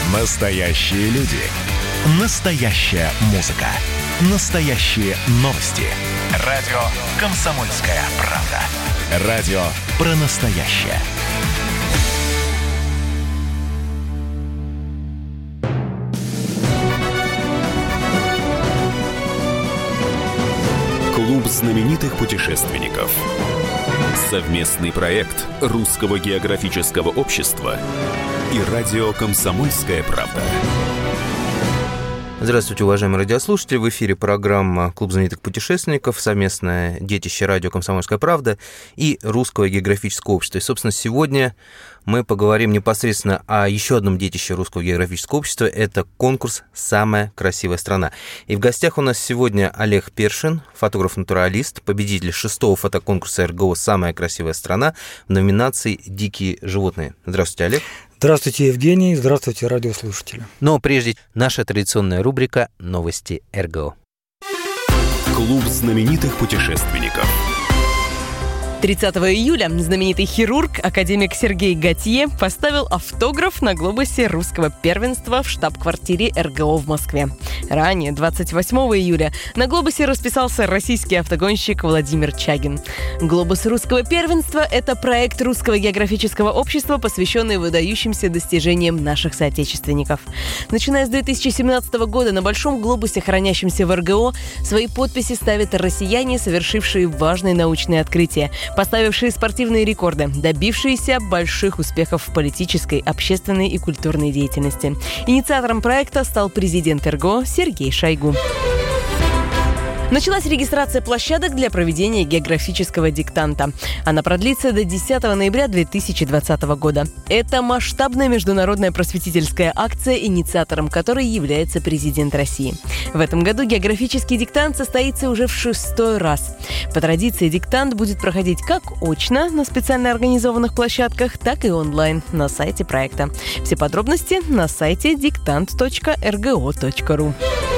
Настоящие люди. Настоящая музыка. Настоящие новости. Радио «Комсомольская правда». Радио про настоящее. Клуб знаменитых путешественников. Совместный проект Русского географического общества и радио «Комсомольская правда». Здравствуйте, уважаемые радиослушатели. В эфире программа «Клуб знаменитых путешественников», совместное детище радио «Комсомольская правда» и Русского географического общества. И, собственно, сегодня мы поговорим непосредственно о еще одном детище Русского географического общества. Это конкурс «Самая красивая страна». И в гостях у нас сегодня Олег Першин, фотограф-натуралист, победитель 6-го фотоконкурса РГО «Самая красивая страна» в номинации «Дикие животные». Здравствуйте, Олег. Здравствуйте, Евгений. Здравствуйте, радиослушатели. Но прежде наша традиционная рубрика «Новости РГО». Клуб знаменитых путешественников. 30 июля знаменитый хирург, академик Сергей Готье поставил автограф на глобусе русского первенства в штаб-квартире РГО в Москве. Ранее, 28 июля, на глобусе расписался российский автогонщик Владимир Чагин. Глобус русского первенства – это проект Русского географического общества, посвященный выдающимся достижениям наших соотечественников. Начиная с 2017 года на большом глобусе, хранящемся в РГО, свои подписи ставят россияне, совершившие важные научные открытия, поставившие спортивные рекорды, добившиеся больших успехов в политической, общественной и культурной деятельности. Инициатором проекта стал президент РГО Сергей Шойгу. Началась регистрация площадок для проведения географического диктанта. Она продлится до 10 ноября 2020 года. Это масштабная международная просветительская акция, инициатором которой является президент России. В этом году географический диктант состоится уже в 6-й раз. По традиции диктант будет проходить как очно на специально организованных площадках, так и онлайн на сайте проекта. Все подробности на сайте diktant.rgo.ru.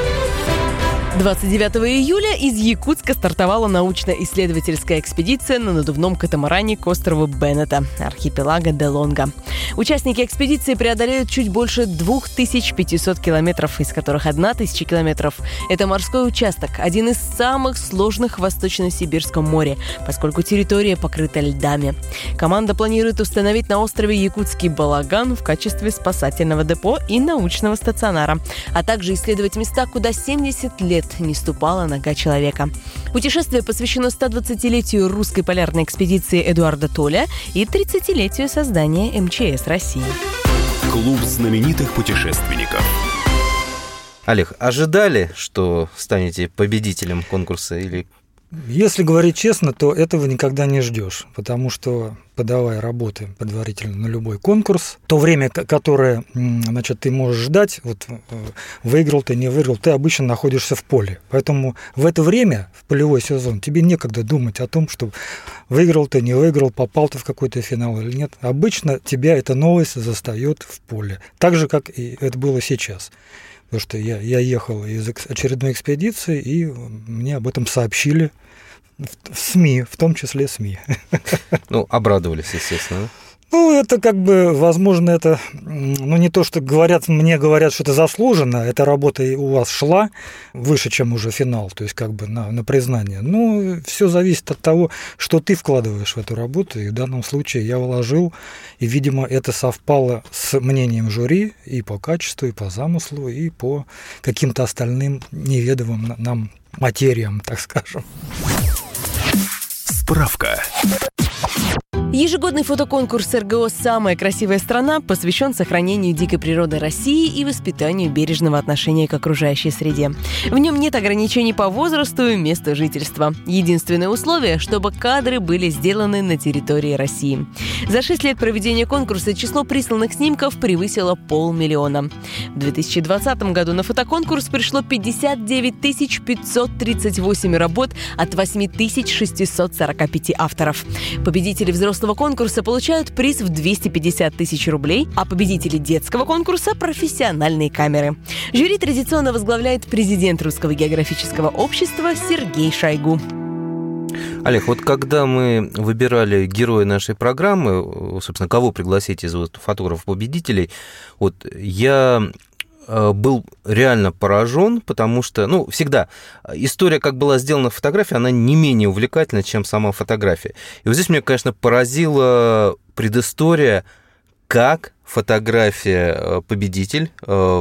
29 июля из Якутска стартовала научно-исследовательская экспедиция на надувном катамаране к острову Беннета, архипелага Делонга. Участники экспедиции преодолеют чуть больше 2500 километров, из которых 1000 километров – это морской участок, один из самых сложных в Восточно-Сибирском море, поскольку территория покрыта льдами. Команда планирует установить на острове якутский балаган в качестве спасательного депо и научного стационара, а также исследовать места, куда 70 лет не ступала нога человека. Путешествие посвящено 120-летию русской полярной экспедиции Эдуарда Толя и 30-летию создания МЧС России. Клуб знаменитых путешественников. Олег, ожидали, что станете победителем конкурса или... Если говорить честно, то этого никогда не ждешь, потому что, подавая работы предварительно на любой конкурс, то время, которое, значит, ты можешь ждать, вот выиграл ты, не выиграл, ты обычно находишься в поле. Поэтому в это время, в полевой сезон, тебе некогда думать о том, что выиграл ты, не выиграл, попал ты в какой-то финал или нет. Обычно тебя эта новость застаёт в поле. Так же, как и это было сейчас. Потому что я ехал из очередной экспедиции, и мне об этом сообщили в СМИ, в том числе СМИ. Ну, обрадовались, естественно. Ну, это как бы, возможно, это, ну, не то, что мне говорят, что это заслуженно, эта работа у вас шла выше, чем уже финал, то есть как бы на признание. Но все зависит от того, что ты вкладываешь в эту работу, и в данном случае я вложил, и, видимо, это совпало с мнением жюри и по качеству, и по замыслу, и по каким-то остальным неведомым нам материям, так скажем. Справка. Ежегодный фотоконкурс РГО «Самая красивая страна» посвящен сохранению дикой природы России и воспитанию бережного отношения к окружающей среде. В нем нет ограничений по возрасту и месту жительства. Единственное условие, чтобы кадры были сделаны на территории России. За 6 лет проведения конкурса число присланных снимков превысило 500 000. В 2020 году на фотоконкурс пришло 59 538 работ от 8645 авторов. Победители взрослого конкурса получают приз в 250 000 рублей, а победители детского конкурса – профессиональные камеры. Жюри традиционно возглавляет президент Русского географического общества Сергей Шойгу. Олег, вот когда мы выбирали героя нашей программы, собственно, кого пригласить из фотографов-победителей, вот я был реально поражен, потому что, всегда история, как была сделана фотография, она не менее увлекательна, чем сама фотография. И вот здесь меня, конечно, поразила предыстория, как фотография победитель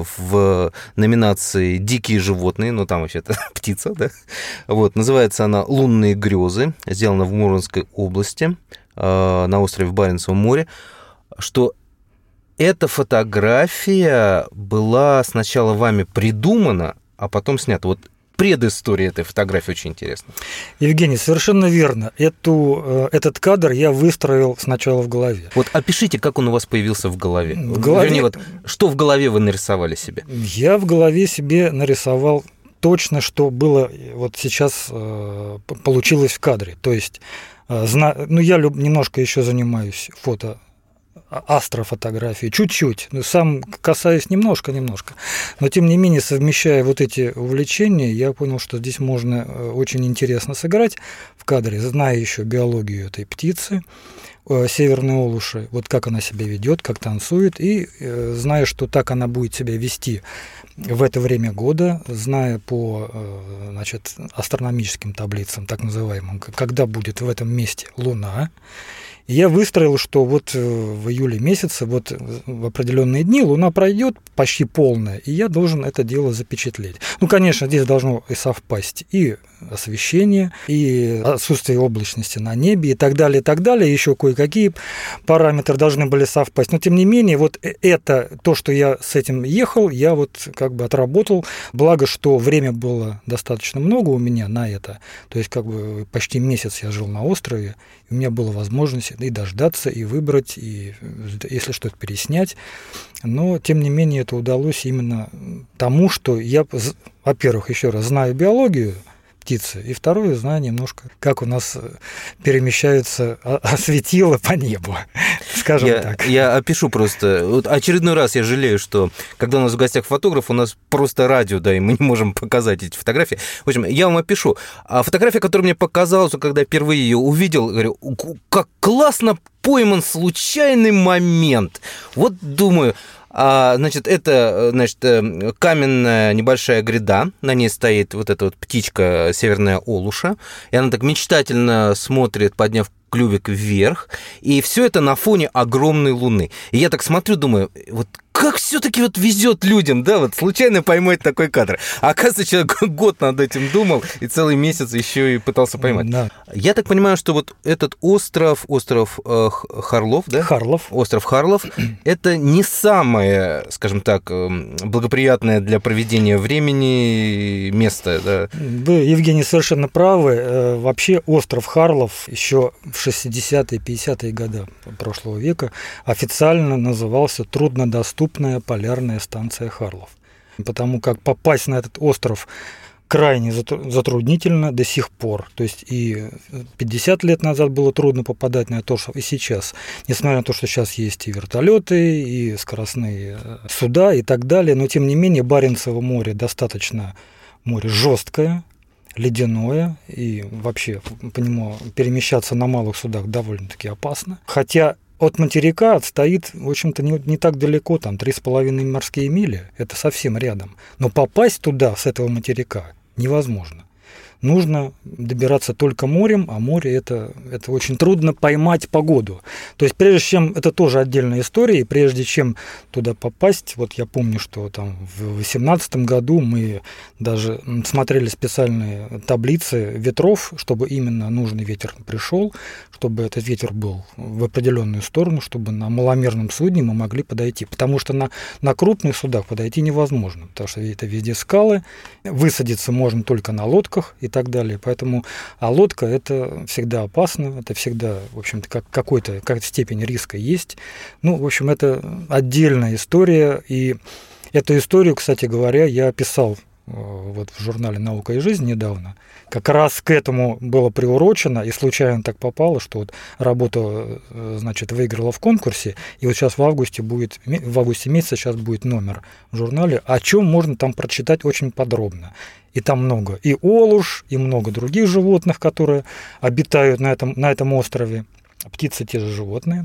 в номинации «Дикие животные», там вообще-то птица, да? Вот, называется она «Лунные грезы», сделана в Мурманской области, на острове в Баренцевом море, что эта фотография была сначала вами придумана, а потом снята. Вот предыстория этой фотографии очень интересна. Евгений, совершенно верно. Этот кадр я выстроил сначала в голове. Вот опишите, как он у вас появился в голове. Вернее, что в голове вы нарисовали себе? Я в голове себе нарисовал точно, что было вот сейчас получилось в кадре. То есть, я немножко еще занимаюсь астрофотографии, чуть-чуть, сам касаюсь немножко, но тем не менее, совмещая вот эти увлечения, я понял, что здесь можно очень интересно сыграть в кадре, зная еще биологию этой птицы, северной олуши, вот как она себя ведет, как танцует, и зная, что так она будет себя вести в это время года, зная по астрономическим таблицам, так называемым, когда будет в этом месте Луна. Я выстроил, что вот в июле месяце, вот в определенные дни Луна пройдет почти полная, и я должен это дело запечатлеть. Конечно, здесь должно и совпасть и освещение, и отсутствие облачности на небе, и так далее, еще кое-какие параметры должны были совпасть. Но, тем не менее, вот это, то, что я с этим ехал, я вот как бы отработал. Благо, что время было достаточно много у меня на это. То есть, как бы почти месяц я жил на острове, и у меня была возможность и дождаться, и выбрать, и, если что-то, переснять. Но, тем не менее, это удалось именно тому, что я, во-первых, еще раз знаю биологию птицы, и второе, знаю немножко, как у нас перемещаются светила по небу, скажем так. Я опишу просто. Вот очередной раз я жалею, что когда у нас в гостях фотограф, у нас просто радио, да, и мы не можем показать эти фотографии. В общем, я вам опишу. А фотография, которая мне показалась, когда я впервые ее увидел, говорю, как классно пойман случайный момент. Вот думаю... это каменная небольшая гряда, на ней стоит вот эта вот птичка северная олуша, и она так мечтательно смотрит, подняв клювик вверх, и все это на фоне огромной луны. И я так смотрю, думаю, вот как все-таки вот везет людям, да, вот случайно поймать такой кадр. А оказывается, человек год над этим думал и целый месяц еще и пытался поймать. Да. Я так понимаю, что вот этот остров Харлов, да? Остров Харлов, это не самое, скажем так, благоприятное для проведения времени место, да? Вы, Евгений, совершенно правы. Вообще остров Харлов еще в 60-е, 50-е годы прошлого века официально назывался труднодоступная полярная станция Харлов. Потому как попасть на этот остров крайне затруднительно до сих пор. То есть и 50 лет назад было трудно попадать на это, и сейчас. Несмотря на то, что сейчас есть и вертолеты, и скоростные суда, и так далее. Но тем не менее Баренцево море достаточно море жесткое, ледяное, и вообще по нему перемещаться на малых судах довольно-таки опасно. Хотя от материка отстоит, в общем-то, не так далеко, там 3,5 морские мили, это совсем рядом. Но попасть туда с этого материка невозможно. Нужно добираться только морем, а море это очень трудно поймать погоду. То есть, прежде чем, это тоже отдельная история, и прежде чем туда попасть, вот я помню, что там в 2018 году мы даже смотрели специальные таблицы ветров, чтобы именно нужный ветер пришел, чтобы этот ветер был в определенную сторону, чтобы на маломерном судне мы могли подойти. Потому что на крупных судах подойти невозможно, потому что это везде скалы, высадиться можно только на лодках и так далее. Поэтому, лодка – это всегда опасно, это всегда, в общем-то, какая-то степень риска есть. В общем, это отдельная история, и эту историю, кстати говоря, я описал вот в журнале «Наука и жизнь» недавно, как раз к этому было приурочено, и случайно так попало, что вот работа, значит, выиграла в конкурсе, и вот сейчас в августе месяце сейчас будет номер в журнале, о чем можно там прочитать очень подробно. И там много и олуш, и много других животных, которые обитают на этом острове. Птицы те же животные.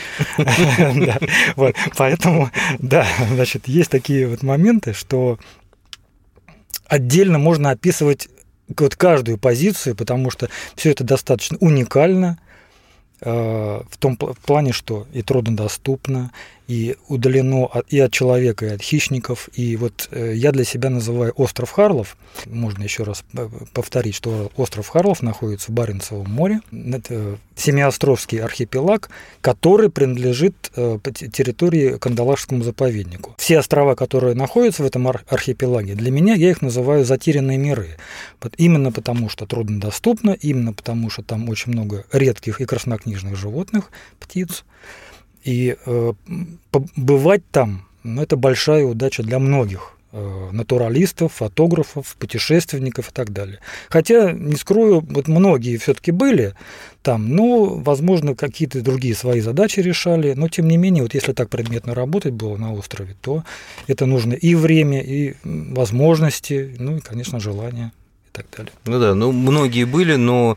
Поэтому, да, значит, есть такие вот моменты, что отдельно можно описывать вот каждую позицию, потому что все это достаточно уникально в том плане, что и труднодоступно, и удалено и от человека, и от хищников. И вот я для себя называю остров Харлов. Можно еще раз повторить, что остров Харлов находится в Баренцевом море. Это семиостровский архипелаг, который принадлежит территории Кандалакшскому заповеднику. Все острова, которые находятся в этом архипелаге, для меня я их называю затерянные миры. Именно потому, что труднодоступно, именно потому, что там очень много редких и краснокнижных животных, птиц. И побывать там, это большая удача для многих натуралистов, фотографов, путешественников и так далее. Хотя, не скрою, вот многие все-таки были там, но, возможно, какие-то другие свои задачи решали, но, тем не менее, вот если так предметно работать было на острове, то это нужно и время, и возможности, ну и, конечно, желание. И так далее. Ну да, многие были, но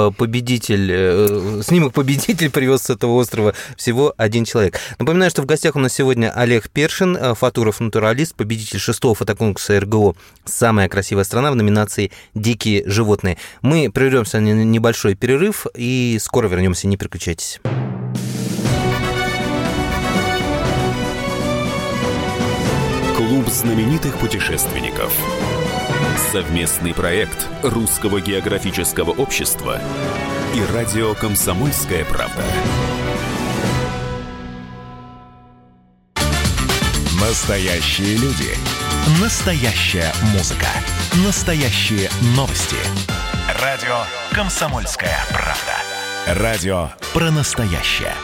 снимок «Победитель» привез с этого острова всего один человек. Напоминаю, что в гостях у нас сегодня Олег Першин, фотограф-натуралист, победитель 6-го фотоконкурса РГО «Самая красивая страна» в номинации «Дикие животные». Мы прервемся на небольшой перерыв и скоро вернемся, не переключайтесь. Клуб знаменитых путешественников. Совместный проект Русского географического общества и радио «Комсомольская правда». Настоящие люди. Настоящая музыка. Настоящие новости. Радио «Комсомольская правда». Радио про настоящее.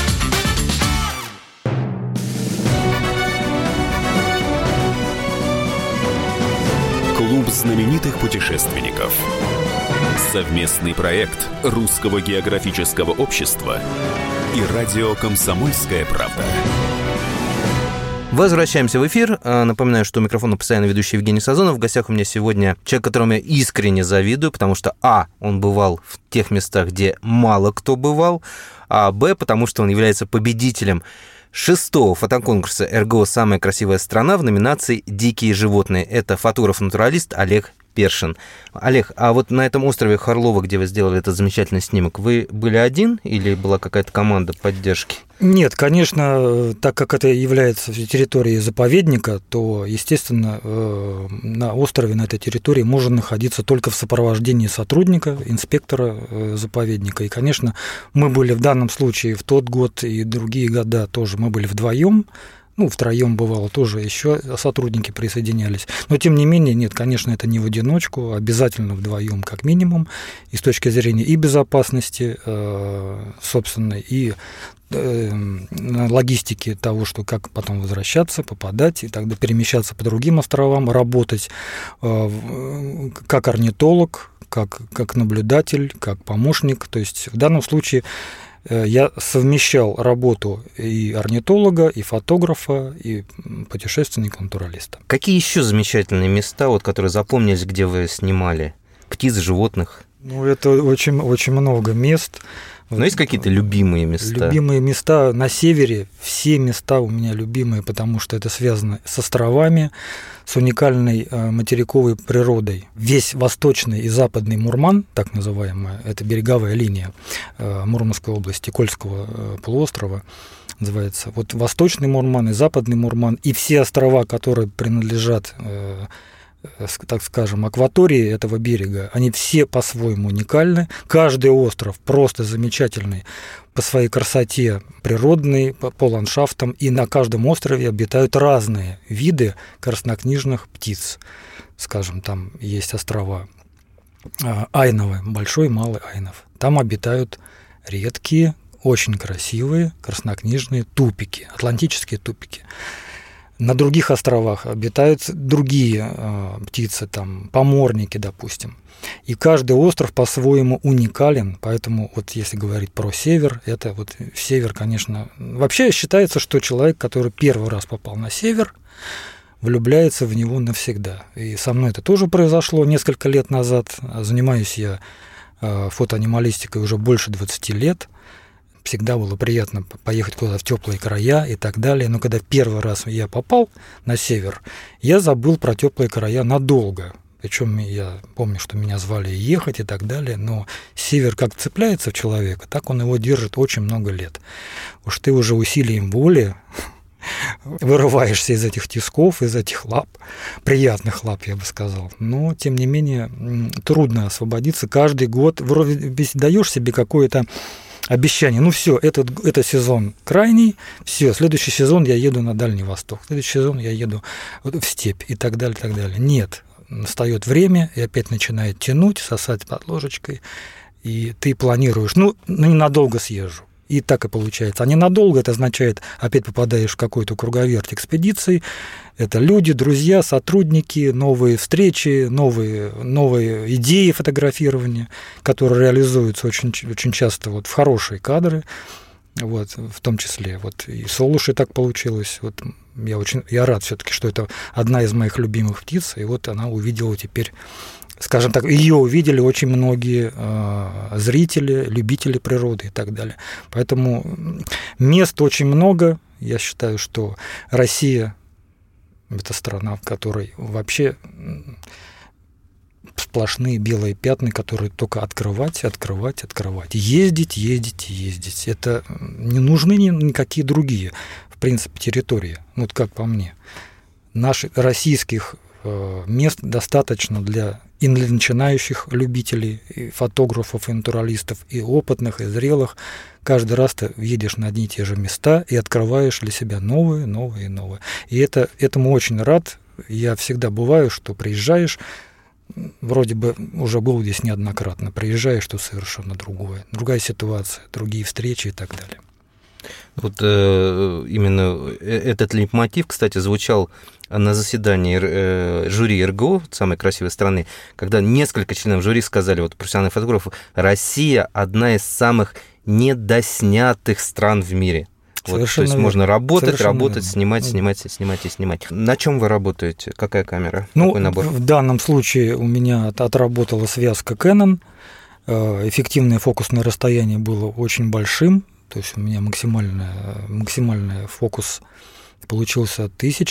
Клуб знаменитых путешественников. Совместный проект Русского географического общества и радио «Комсомольская правда». Возвращаемся в эфир. Напоминаю, что у микрофона постоянно ведущий Евгений Сазонов. В гостях у меня сегодня человек, которому я искренне завидую, потому что, он бывал в тех местах, где мало кто бывал, а потому что он является победителем 6-го фотоконкурса РГО «Самая красивая страна» в номинации «Дикие животные». Это фотограф-натуралист Олег Першин. Олег, а вот на этом острове Харлова, где вы сделали этот замечательный снимок, вы были один или была какая-то команда поддержки? Нет, конечно, так как это является территорией заповедника, то, естественно, на острове, на этой территории можно находиться только в сопровождении сотрудника, инспектора заповедника. И, конечно, мы были в данном случае в тот год и другие года тоже мы были вдвоем. Втроем бывало тоже, еще сотрудники присоединялись. Но, тем не менее, нет, конечно, это не в одиночку, обязательно вдвоем как минимум, и с точки зрения и безопасности собственной, и логистики того, что как потом возвращаться, попадать, и тогда перемещаться по другим островам, работать как орнитолог, как наблюдатель, как помощник. То есть в данном случае я совмещал работу и орнитолога, и фотографа, и путешественника-натуралиста. Какие еще замечательные места, которые запомнились, где вы снимали? Птиц, животных? Это очень, очень много мест. Но есть какие-то любимые места? Любимые места на севере, все места у меня любимые, потому что это связано с островами, с уникальной материковой природой. Весь восточный и западный Мурман, так называемая, это береговая линия Мурманской области, Кольского полуострова, называется. Вот восточный Мурман и западный Мурман, и все острова, которые принадлежат, так скажем, акватории этого берега, они все по-своему уникальны. Каждый остров просто замечательный по своей красоте природной, по ландшафтам, и на каждом острове обитают разные виды краснокнижных птиц. Скажем, там есть острова Айновы, Большой и Малый Айнов. Там обитают редкие, очень красивые краснокнижные тупики, атлантические тупики. На других островах обитают другие птицы, там, поморники, допустим. И каждый остров по-своему уникален, поэтому вот если говорить про север, это вот север, конечно... Вообще считается, что человек, который первый раз попал на север, влюбляется в него навсегда. И со мной это тоже произошло несколько лет назад. Занимаюсь я фотоанималистикой уже больше 20 лет. Всегда было приятно поехать куда-то в теплые края и так далее. Но когда первый раз я попал на север, я забыл про теплые края надолго. Причем я помню, что меня звали ехать и так далее, но север как цепляется в человека, так он его держит очень много лет. Уж ты уже усилием воли вырываешься из этих тисков, из этих лап, приятных лап, я бы сказал. Но, тем не менее, трудно освободиться. Каждый год вроде даешь себе какое-то обещание. Ну все, это сезон крайний, все, следующий сезон я еду на Дальний Восток, следующий сезон я еду в степь и так далее, так далее. Нет. Настает время, и опять начинает тянуть, сосать под ложечкой, и ты планируешь, ненадолго съезжу. И так и получается. А ненадолго это означает, опять попадаешь в какой-то круговерть экспедиции. Это люди, друзья, сотрудники, новые встречи, новые идеи фотографирования, которые реализуются очень, очень часто вот в хорошие кадры. Вот, в том числе вот и с олушей так получилось. Вот я рад все-таки, что это одна из моих любимых птиц, и вот она увидела теперь, скажем так, ее увидели очень многие зрители, любители природы и так далее. Поэтому мест очень много. Я считаю, что Россия – это страна, в которой вообще сплошные белые пятна, которые только открывать. Ездить. Это не нужны никакие другие, в принципе, территории. Вот как по мне. Наших российских мест достаточно для и для начинающих любителей, и фотографов, и натуралистов, и опытных, и зрелых. Каждый раз ты едешь на одни и те же места и открываешь для себя новые. И этому очень рад. Я всегда бываю, что приезжаешь, вроде бы уже был здесь неоднократно, приезжаешь, что совершенно другая ситуация, другие встречи и так далее. Вот именно этот лейтмотив, кстати, звучал на заседании жюри РГО «Самой красивой страны», когда несколько членов жюри сказали, вот профессиональных фотографов, Россия одна из самых недоснятых стран в мире. Вот, то есть можно работать, снимать. На чем вы работаете? Какая камера? Какой набор? В данном случае у меня отработала связка Canon. Эффективное фокусное расстояние было очень большим. То есть у меня максимальный фокус получился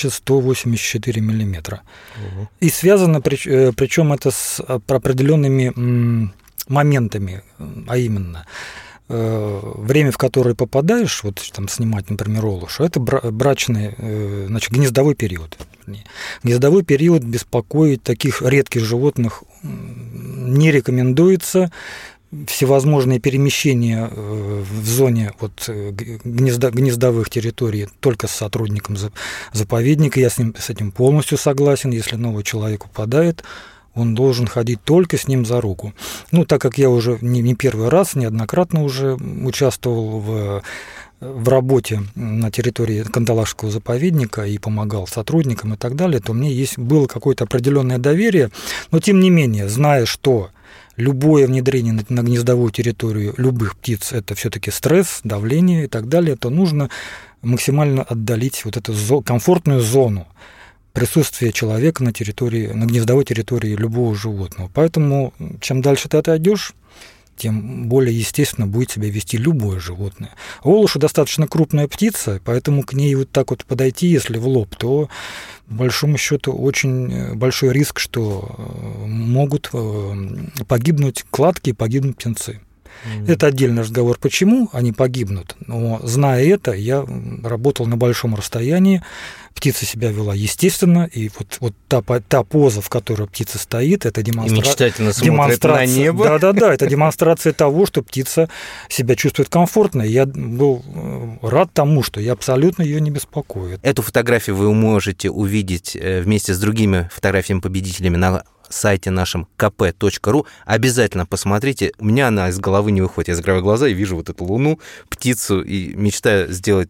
1184 миллиметра. Угу. И связано, причем это с определенными моментами, а именно время, в которое попадаешь, вот там снимать, например, олушу, это брачный, значит, гнездовой период. Гнездовой период беспокоить таких редких животных не рекомендуется. Всевозможные перемещения в зоне вот гнездовых территорий только с сотрудником заповедника. Я с этим полностью согласен. Если новый человек упадает, он должен ходить только с ним за руку. Ну, так как я уже не первый раз, неоднократно уже участвовал в работе на территории Кандалакшского заповедника и помогал сотрудникам и так далее, то мне было какое-то определенное доверие. Но, тем не менее, зная, что любое внедрение на гнездовую территорию любых птиц – это все-таки стресс, давление и так далее, то нужно максимально отдалить вот эту комфортную зону присутствия человека на гнездовой территории любого животного. Поэтому чем дальше ты отойдешь, тем более естественно будет себя вести любое животное. Олуша достаточно крупная птица, поэтому к ней вот так вот подойти, если в лоб, то, по большому счету, очень большой риск, что могут погибнуть кладки и погибнуть птенцы. Это отдельный разговор, почему они погибнут. Но, зная это, я работал на большом расстоянии, птица себя вела естественно, и вот та поза, в которой птица стоит, это мечтательно смотрит на небо. Да, это демонстрация того, что птица себя чувствует комфортно. Я был рад тому, что я абсолютно ее не беспокою. Эту фотографию вы можете увидеть вместе с другими фотографиями-победителями на сайте нашем kp.ru. Обязательно посмотрите. У меня она из головы не выходит. Я закрываю глаза и вижу вот эту луну, птицу, и мечтаю сделать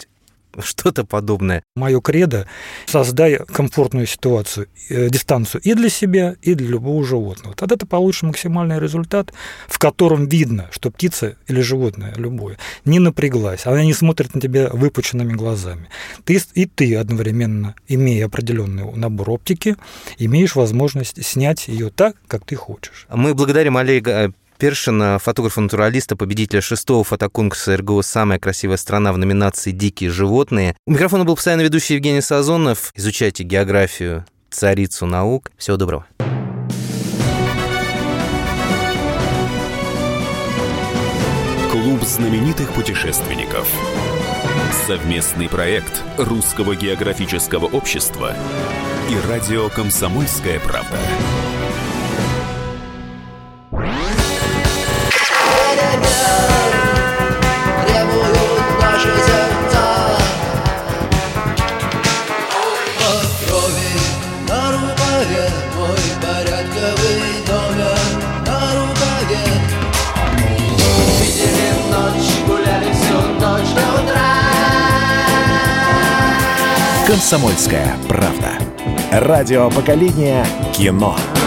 что-то подобное. Мое кредо – создай комфортную ситуацию, дистанцию и для себя, и для любого животного. Тогда ты получишь максимальный результат, в котором видно, что птица или животное любое не напряглась, она не смотрит на тебя выпученными глазами. Ты одновременно, имея определенный набор оптики, имеешь возможность снять ее так, как ты хочешь. Мы благодарим Олега Першина, фотографа-натуралиста, победителя 6-го фотоконкурса РГО «Самая красивая страна» в номинации «Дикие животные». У микрофона был постоянно ведущий Евгений Сазонов. Изучайте географию, царицу наук. Всего доброго. Клуб знаменитых путешественников. Совместный проект Русского географического общества и радио «Комсомольская правда». «Комсомольская правда». Радио поколения кино.